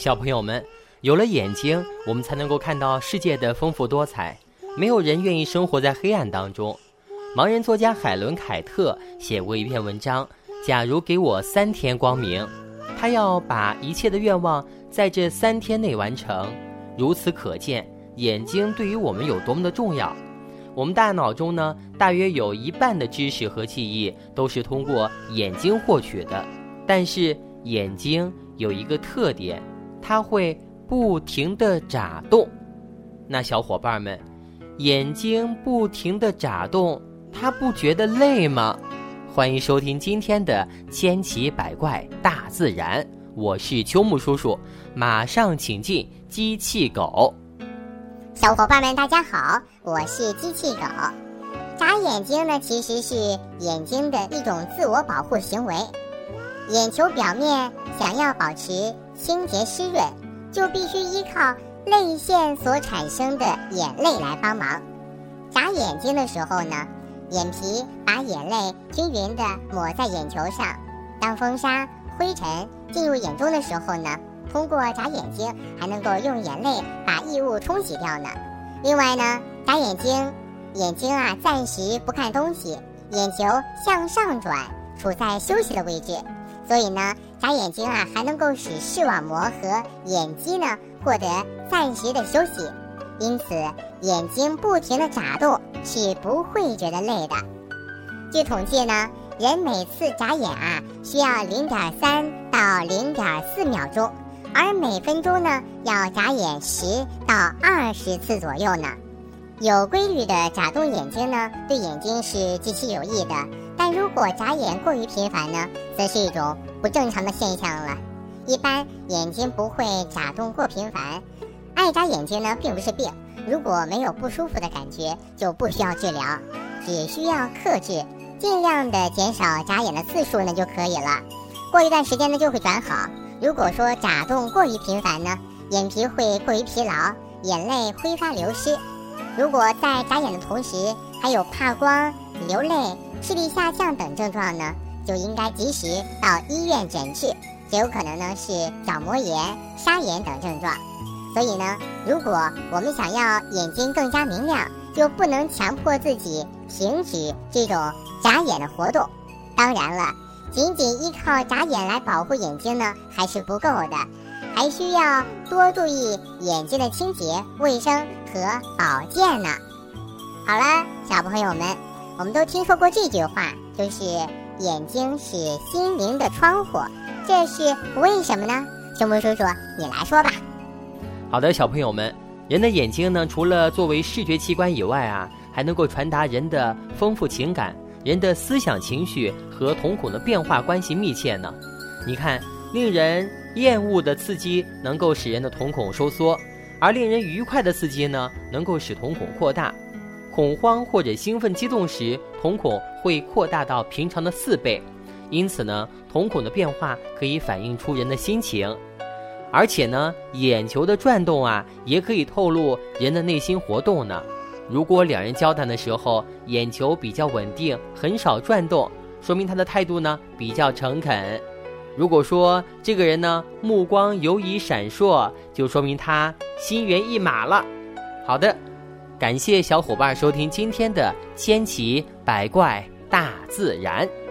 小朋友们，有了眼睛，我们才能够看到世界的丰富多彩。没有人愿意生活在黑暗当中。盲人作家海伦·凯特写过一篇文章，假如给我3天光明，他要把一切的愿望在这3天内完成。如此可见，眼睛对于我们有多么的重要。我们大脑中呢，大约有1半的知识和记忆都是通过眼睛获取的。但是眼睛有一个特点，它会不停地眨动。那小伙伴们，眼睛不停地眨动，它不觉得累吗？欢迎收听今天的千奇百怪大自然，我是秋木叔叔，马上请进机器狗。 小伙伴们大家好，我是机器狗。眨眼睛呢，其实是眼睛的一种自我保护行为。眼球表面想要保持清洁湿润，就必须依靠泪腺所产生的眼泪来帮忙。眨眼睛的时候呢，眼皮把眼泪均匀地抹在眼球上，当风沙、灰尘进入眼中的时候呢，通过眨眼睛还能够用眼泪把异物冲洗掉呢。另外呢，眨眼睛暂时不看东西，眼球向上转，处在休息的位置。所以呢，眨眼睛还能够使视网膜和眼肌呢获得暂时的休息，因此眼睛不停地眨动是不会觉得累的。据统计呢，人每次眨眼需要 0.3 到 0.4 秒钟，而每分钟呢要眨眼10到20次左右呢。有规律的眨动眼睛呢，对眼睛是极其有益的，但如果眨眼过于频繁呢，则是一种不正常的现象了。一般眼睛不会眨动过频繁，爱眨眼睛呢并不是病，如果没有不舒服的感觉，就不需要治疗，只需要克制，尽量的减少眨眼的次数呢就可以了。过一段时间呢就会转好。如果说眨动过于频繁呢，眼皮会过于疲劳，眼泪挥发流失。如果在眨眼的同时还有怕光、流泪、视力下降等症状呢，就应该及时到医院诊治，这有可能呢是角膜炎、沙眼等症状。所以呢，如果我们想要眼睛更加明亮，就不能强迫自己停止这种眨眼的活动。当然了，仅仅依靠眨眼来保护眼睛呢还是不够的，还需要多注意眼睛的清洁、卫生和保健呢。好了，小朋友们，我们都听说过这句话，就是眼睛是心灵的窗户，这是为什么呢？秋木叔叔，你来说吧。 好的，小朋友们，人的眼睛呢，除了作为视觉器官以外还能够传达人的丰富情感，人的思想情绪和瞳孔的变化关系密切呢。你看，令人厌恶的刺激能够使人的瞳孔收缩，而令人愉快的刺激呢，能够使瞳孔扩大。恐慌或者兴奋激动时，瞳孔会扩大到平常的4倍，因此呢，瞳孔的变化可以反映出人的心情。而且呢，眼球的转动也可以透露人的内心活动呢。如果2人交谈的时候，眼球比较稳定，很少转动，说明他的态度呢比较诚恳。如果说这个人呢目光游移闪烁，就说明他心猿意马了。好的，感谢小伙伴收听今天的千奇百怪大自然。